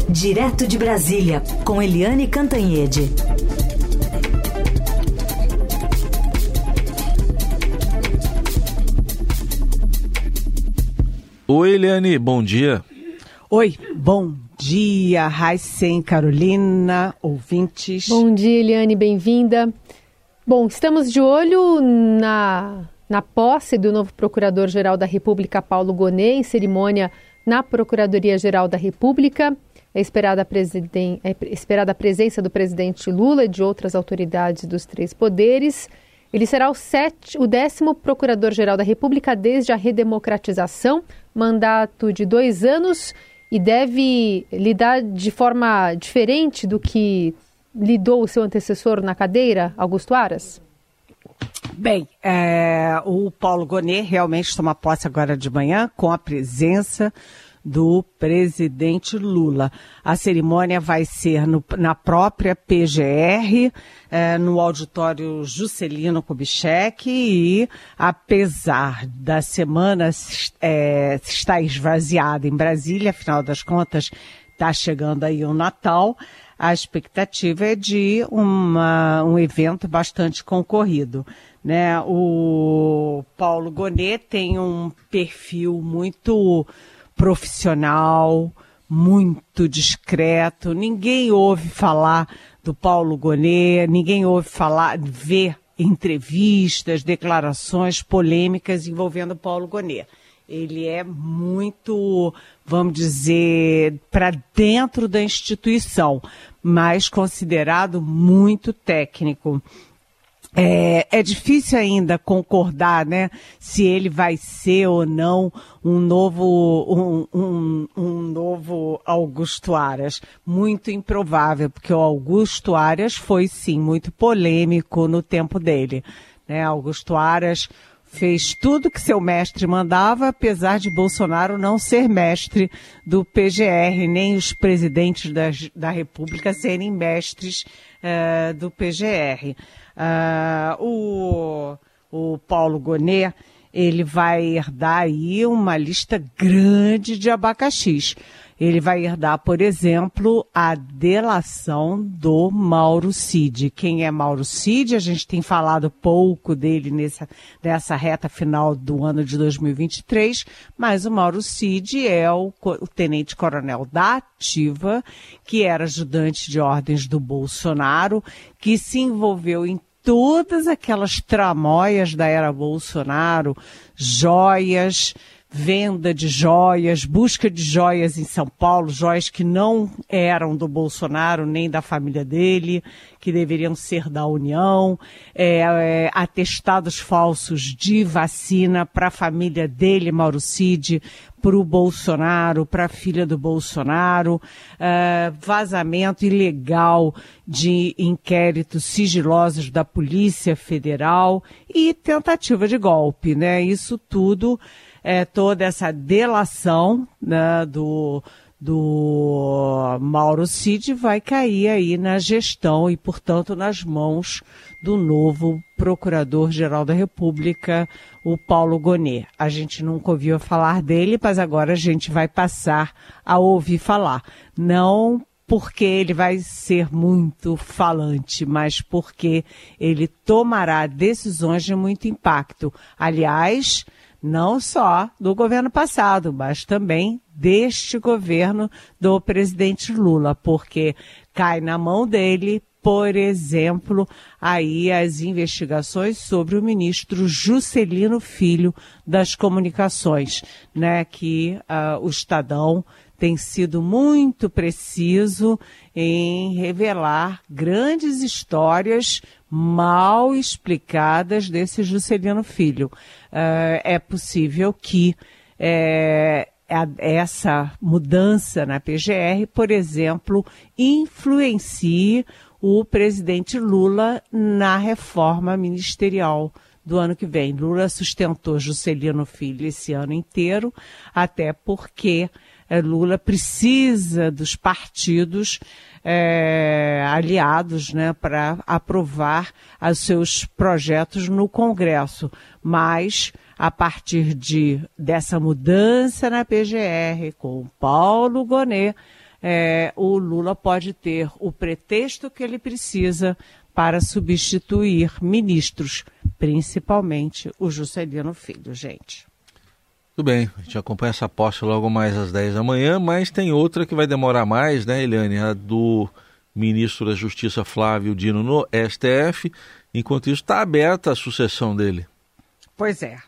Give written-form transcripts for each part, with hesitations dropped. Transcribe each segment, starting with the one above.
Direto de Brasília, com Eliane Cantanhede. Oi, Eliane, bom dia. Oi, bom dia, Raicen, Carolina, ouvintes. Bom dia, Eliane, bem-vinda. Bom, estamos de olho na posse do novo Procurador-Geral da República, Paulo Gonet, em cerimônia na Procuradoria-Geral da República. É esperada a presença do presidente Lula e de outras autoridades dos três poderes. Ele será o 10º Procurador-Geral da República desde a redemocratização, mandato de 2 anos, e deve lidar de forma diferente do que lidou o seu antecessor na cadeira, Augusto Aras? Bem, o Paulo Gonet realmente toma posse agora de manhã com a presença do presidente Lula. A cerimônia vai ser na própria PGR, no auditório Juscelino Kubitschek, e apesar da semana estar esvaziada em Brasília, afinal das contas está chegando aí o Natal, a expectativa é de um evento bastante concorrido, né? O Paulo Gonet tem um perfil muito profissional, muito discreto. Ninguém ouve falar do Paulo Gonet, ninguém ouve ver entrevistas, declarações polêmicas envolvendo o Paulo Gonet. Ele é muito, vamos dizer, para dentro da instituição, mas considerado muito técnico. É difícil ainda concordar, né, se ele vai ser ou não um novo Augusto Aras. Muito improvável, porque o Augusto Aras foi, sim, muito polêmico no tempo dele, né? Augusto Aras fez tudo que seu mestre mandava, apesar de Bolsonaro não ser mestre do PGR, nem os presidentes da República serem mestres do PGR. O Paulo Gonet, ele vai herdar aí uma lista grande de abacaxis. Ele vai herdar, por exemplo, a delação do Mauro Cid. Quem é Mauro Cid? A gente tem falado pouco dele nessa reta final do ano de 2023, mas o Mauro Cid é o tenente-coronel da Ativa, que era ajudante de ordens do Bolsonaro, que se envolveu em todas aquelas tramóias da era Bolsonaro, joias, venda de joias, busca de joias em São Paulo, joias que não eram do Bolsonaro nem da família dele, que deveriam ser da União, atestados falsos de vacina para a família dele, Mauro Cid, para o Bolsonaro, para a filha do Bolsonaro, vazamento ilegal de inquéritos sigilosos da Polícia Federal e tentativa de golpe, né? Isso tudo, toda essa delação, né, do Mauro Cid vai cair aí na gestão e, portanto, nas mãos do novo Procurador-Geral da República, o Paulo Gonet. A gente nunca ouviu falar dele, mas agora a gente vai passar a ouvir falar. Não porque ele vai ser muito falante, mas porque ele tomará decisões de muito impacto. Aliás, não só do governo passado, mas também deste governo do presidente Lula, porque cai na mão dele, por exemplo, aí as investigações sobre o ministro Juscelino Filho das Comunicações, né, que o Estadão tem sido muito preciso em revelar grandes histórias mal explicadas desse Juscelino Filho. É possível que essa mudança na PGR, por exemplo, influencie o presidente Lula na reforma ministerial do ano que vem. Lula sustentou Juscelino Filho esse ano inteiro, até porque Lula precisa dos partidos aliados, né, para aprovar os seus projetos no Congresso. Mas, a partir dessa mudança na PGR, com o Paulo Gonet, o Lula pode ter o pretexto que ele precisa para substituir ministros, principalmente o Juscelino Filho, gente. Tudo bem, a gente acompanha essa posse logo mais às 10 da manhã, mas tem outra que vai demorar mais, né, Eliane? A do ministro da Justiça Flávio Dino no STF. Enquanto isso, está aberta a sucessão dele. Pois é.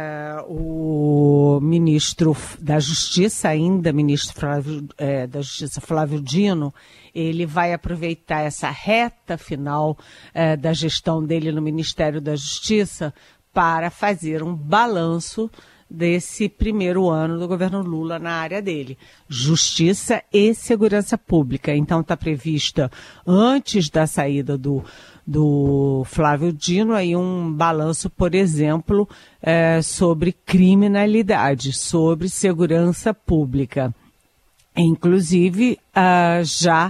O ministro da Justiça, ainda ministro da Justiça Flávio Dino, ele vai aproveitar essa reta final da gestão dele no Ministério da Justiça para fazer um balanço desse primeiro ano do governo Lula na área dele, Justiça e Segurança Pública. Então está prevista, antes da saída do Flávio Dino, aí um balanço, por exemplo, sobre criminalidade, sobre segurança pública. Inclusive, já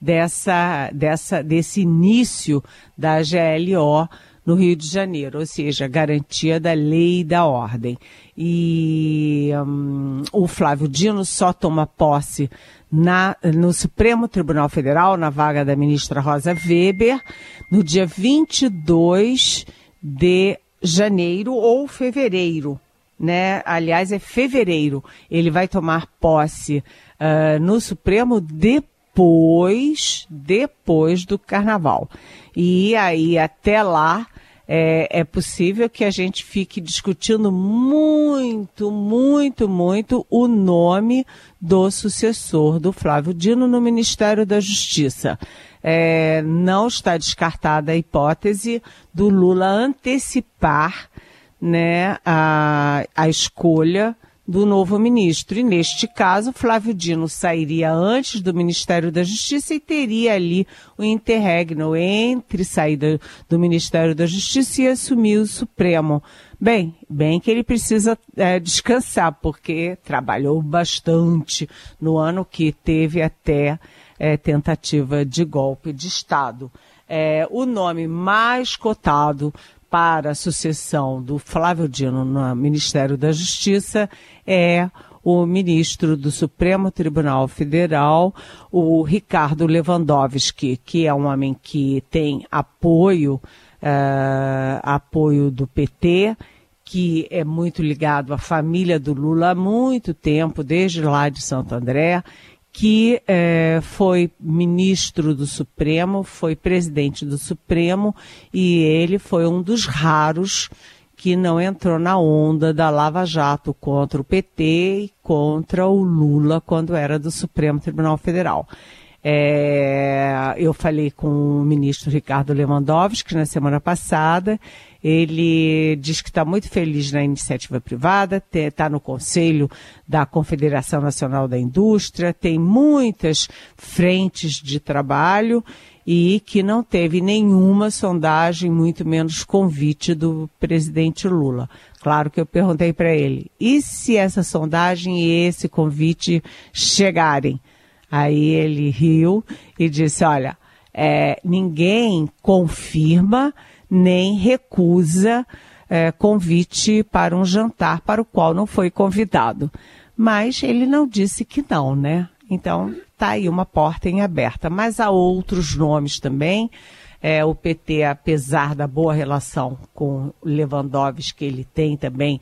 desse início da GLO no Rio de Janeiro, ou seja, garantia da lei e da ordem. E o Flávio Dino só toma posse no Supremo Tribunal Federal, na vaga da ministra Rosa Weber, no dia 22 de janeiro ou fevereiro, né? Aliás, é fevereiro. Ele vai tomar posse no Supremo depois do Carnaval. E aí, até lá, é possível que a gente fique discutindo muito o nome do sucessor do Flávio Dino no Ministério da Justiça. Não está descartada a hipótese do Lula antecipar, né, a escolha do novo ministro. E neste caso, Flávio Dino sairia antes do Ministério da Justiça e teria ali o interregno entre saída do Ministério da Justiça e assumir o Supremo. Bem que ele precisa descansar, porque trabalhou bastante no ano que teve até tentativa de golpe de Estado. O nome mais cotado para a sucessão do Flávio Dino no Ministério da Justiça é o ministro do Supremo Tribunal Federal, o Ricardo Lewandowski, que é um homem que tem apoio do PT, que é muito ligado à família do Lula há muito tempo, desde lá de Santo André, que foi ministro do Supremo, foi presidente do Supremo, e ele foi um dos raros que não entrou na onda da Lava Jato contra o PT e contra o Lula quando era do Supremo Tribunal Federal. Eu falei com o ministro Ricardo Lewandowski na semana passada. Ele diz que está muito feliz na iniciativa privada, está no Conselho da Confederação Nacional da Indústria, tem muitas frentes de trabalho e que não teve nenhuma sondagem, muito menos convite do presidente Lula. Claro que eu perguntei para ele, e se essa sondagem e esse convite chegarem? Aí ele riu e disse, olha, ninguém confirma nem recusa convite para um jantar para o qual não foi convidado. Mas ele não disse que não, né? Então, está aí uma porta em aberta. Mas há outros nomes também. O PT, apesar da boa relação com Lewandowski, que ele tem também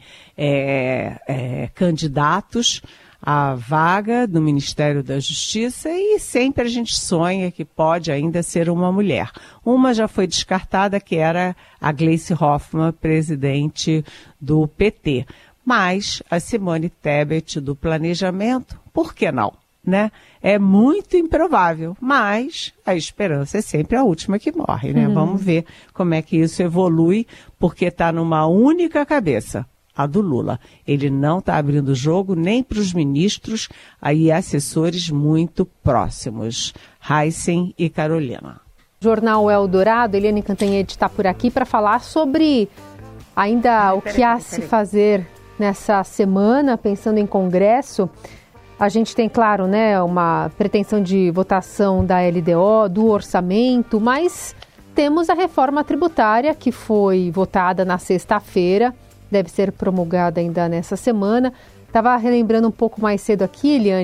candidatos à vaga do Ministério da Justiça, e sempre a gente sonha que pode ainda ser uma mulher. Uma já foi descartada, que era a Gleice Hoffmann, presidente do PT. Mas a Simone Tebet do Planejamento, por que não? Né? É muito improvável, mas a esperança é sempre a última que morre, né? Vamos ver como é que isso evolui, porque está numa única cabeça, a do Lula. Ele não está abrindo o jogo nem para os ministros e assessores muito próximos, Heisen e Carolina. Jornal Eldorado, Eliane Cantanhede está por aqui para falar sobre ainda o que há a se fazer nessa semana, pensando em Congresso. A gente tem, claro, né, uma pretensão de votação da LDO, do orçamento, mas temos a reforma tributária que foi votada na sexta-feira, deve ser promulgada ainda nessa semana. Estava relembrando um pouco mais cedo aqui, Eliane,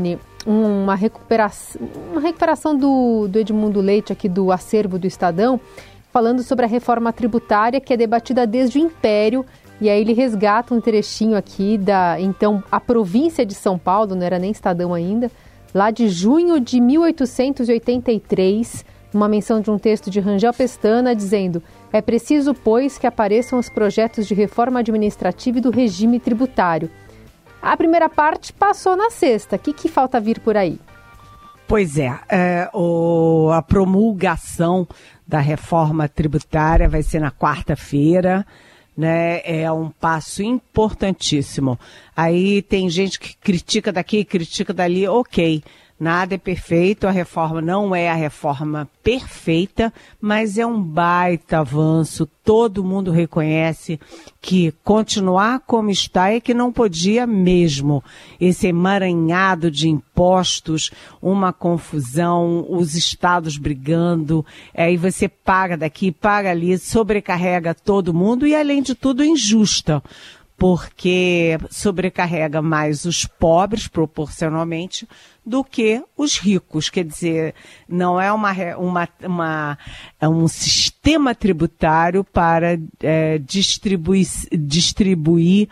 uma recuperação do Edmundo Leite aqui do acervo do Estadão, falando sobre a reforma tributária que é debatida desde o Império. E aí ele resgata um trechinho aqui então, a província de São Paulo, não era nem Estadão ainda, lá de junho de 1883, uma menção de um texto de Rangel Pestana dizendo: é preciso, pois, que apareçam os projetos de reforma administrativa e do regime tributário. A primeira parte passou na sexta. O que falta vir por aí? Pois é, a promulgação da reforma tributária vai ser na quarta-feira, né? É um passo importantíssimo. Aí tem gente que critica daqui, critica dali, ok. Nada é perfeito, a reforma não é a reforma perfeita, mas é um baita avanço. Todo mundo reconhece que continuar como está é que não podia mesmo. Esse emaranhado de impostos, uma confusão, os estados brigando, aí você paga daqui, paga ali, sobrecarrega todo mundo e, além de tudo, injusta, porque sobrecarrega mais os pobres, proporcionalmente, do que os ricos. Quer dizer, não é um sistema tributário para distribuir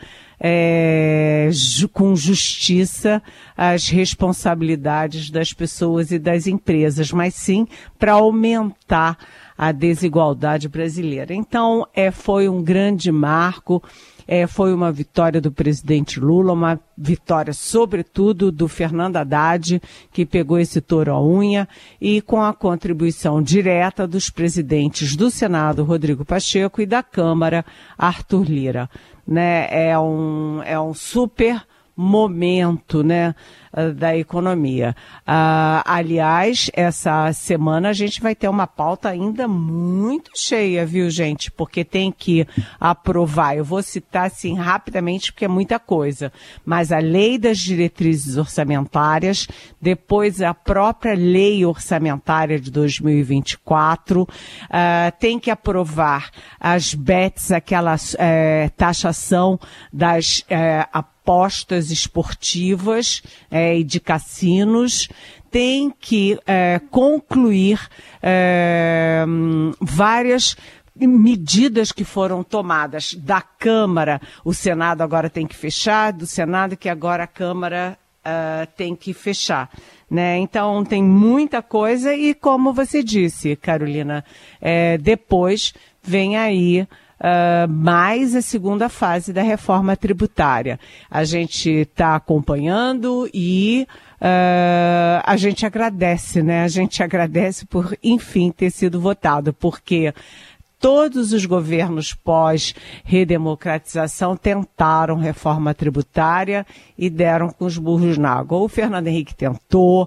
com justiça as responsabilidades das pessoas e das empresas, mas sim para aumentar a desigualdade brasileira. Então, foi um grande marco. Foi uma vitória do presidente Lula, uma vitória, sobretudo, do Fernando Haddad, que pegou esse touro à unha, e com a contribuição direta dos presidentes do Senado, Rodrigo Pacheco, e da Câmara, Arthur Lira. Né? É um super momento, né, da economia. Aliás, essa semana a gente vai ter uma pauta ainda muito cheia, viu, gente? Porque tem que aprovar. Eu vou citar, assim, rapidamente, porque é muita coisa. Mas a lei das diretrizes orçamentárias, depois a própria lei orçamentária de 2024, tem que aprovar as BETs, aquela taxação das apostas esportivas e de cassinos, tem que concluir várias medidas que foram tomadas da Câmara. O Senado agora tem que fechar, do Senado que agora a Câmara tem que fechar. Né? Então tem muita coisa e, como você disse, Carolina, depois vem aí mais a segunda fase da reforma tributária. A gente está acompanhando e a gente agradece, né? A gente agradece por, enfim, ter sido votado, porque todos os governos pós-redemocratização tentaram reforma tributária e deram com os burros na água. O Fernando Henrique tentou,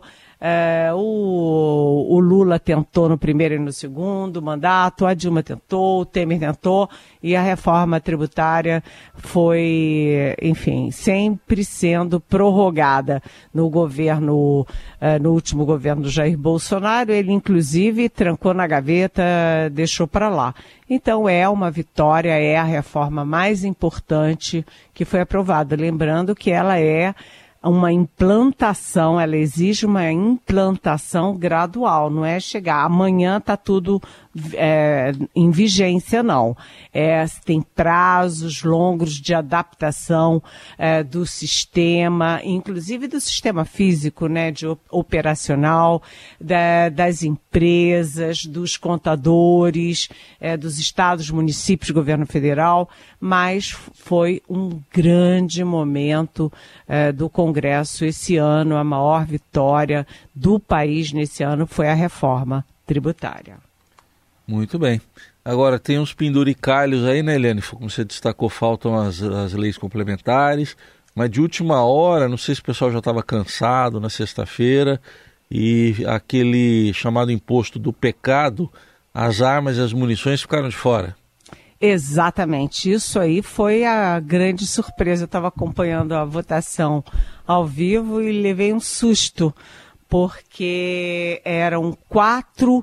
o Lula tentou no primeiro e no segundo mandato, a Dilma tentou, o Temer tentou, e a reforma tributária foi, enfim, sempre sendo prorrogada no governo, no último governo do Jair Bolsonaro. Ele, inclusive, trancou na gaveta, deixou para lá. Então, é uma vitória, é a reforma mais importante que foi aprovada. Lembrando que ela é uma implantação, ela exige uma implantação gradual, não é chegar amanhã está tudo em vigência, não. Tem prazos longos de adaptação do sistema, inclusive do sistema físico, né, de operacional, das empresas, dos contadores, dos estados, municípios, governo federal, mas foi um grande momento do Congresso esse ano. A maior vitória do país nesse ano foi a reforma tributária. Muito bem. Agora, tem uns penduricalhos aí, né, Eliane? Como você destacou, faltam as leis complementares, mas de última hora, não sei se o pessoal já estava cansado na sexta-feira, e aquele chamado imposto do pecado, as armas e as munições ficaram de fora. Exatamente, isso aí foi a grande surpresa. Eu estava acompanhando a votação ao vivo e levei um susto, porque eram 4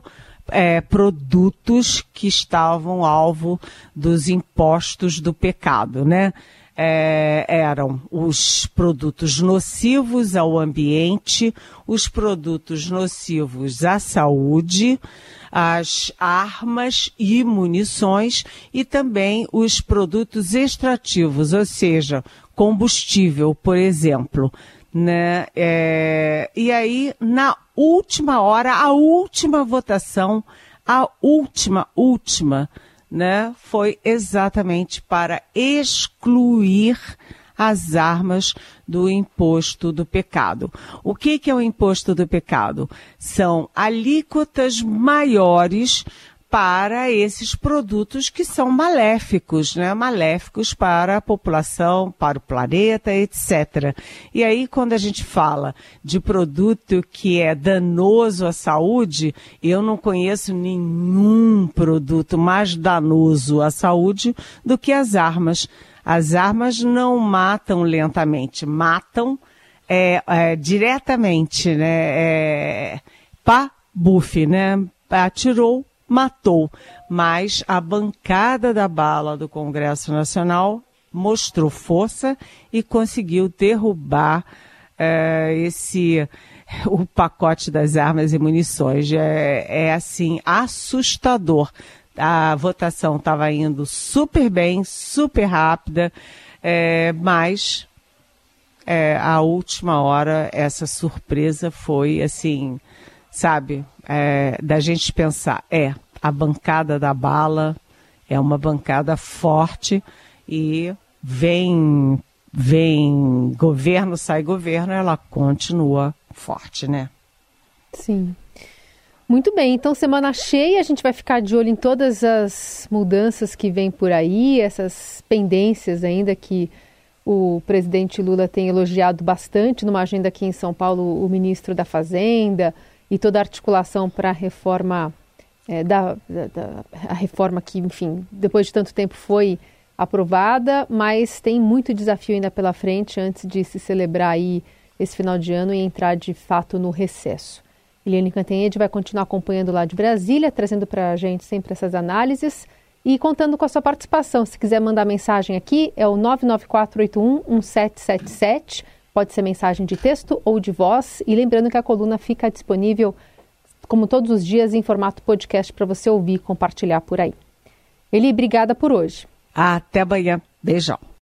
produtos que estavam alvo dos impostos do pecado, né? eram os produtos nocivos ao ambiente, os produtos nocivos à saúde, as armas e munições e também os produtos extrativos, ou seja, combustível, por exemplo, né? E aí, na última hora, a última votação, a última, né, foi exatamente para excluir as armas do imposto do pecado. O que é o imposto do pecado? São alíquotas maiores para esses produtos que são maléficos, né? Maléficos para a população, para o planeta, etc. E aí, quando a gente fala de produto que é danoso à saúde, eu não conheço nenhum produto mais danoso à saúde do que as armas. As armas não matam lentamente, matam diretamente, né? Pá-buf, né? Atirou, matou. Mas a bancada da bala do Congresso Nacional mostrou força e conseguiu derrubar o pacote das armas e munições. Assim, assustador. A votação estava indo super bem, super rápida, mas à última hora essa surpresa foi assim, sabe, da gente pensar, a bancada da bala é uma bancada forte e vem governo, sai governo, ela continua forte, né? Sim. Muito bem, então semana cheia, a gente vai ficar de olho em todas as mudanças que vêm por aí, essas pendências ainda que o presidente Lula tem elogiado bastante numa agenda aqui em São Paulo, o ministro da Fazenda e toda a articulação para a reforma, a reforma que, enfim, depois de tanto tempo foi aprovada, mas tem muito desafio ainda pela frente antes de se celebrar aí esse final de ano e entrar de fato no recesso. Eliane Cantanhede vai continuar acompanhando lá de Brasília, trazendo para a gente sempre essas análises e contando com a sua participação. Se quiser mandar mensagem aqui, é o 994811777. Pode ser mensagem de texto ou de voz. E lembrando que a coluna fica disponível, como todos os dias, em formato podcast para você ouvir e compartilhar por aí. Eli, obrigada por hoje. Até amanhã. Beijão.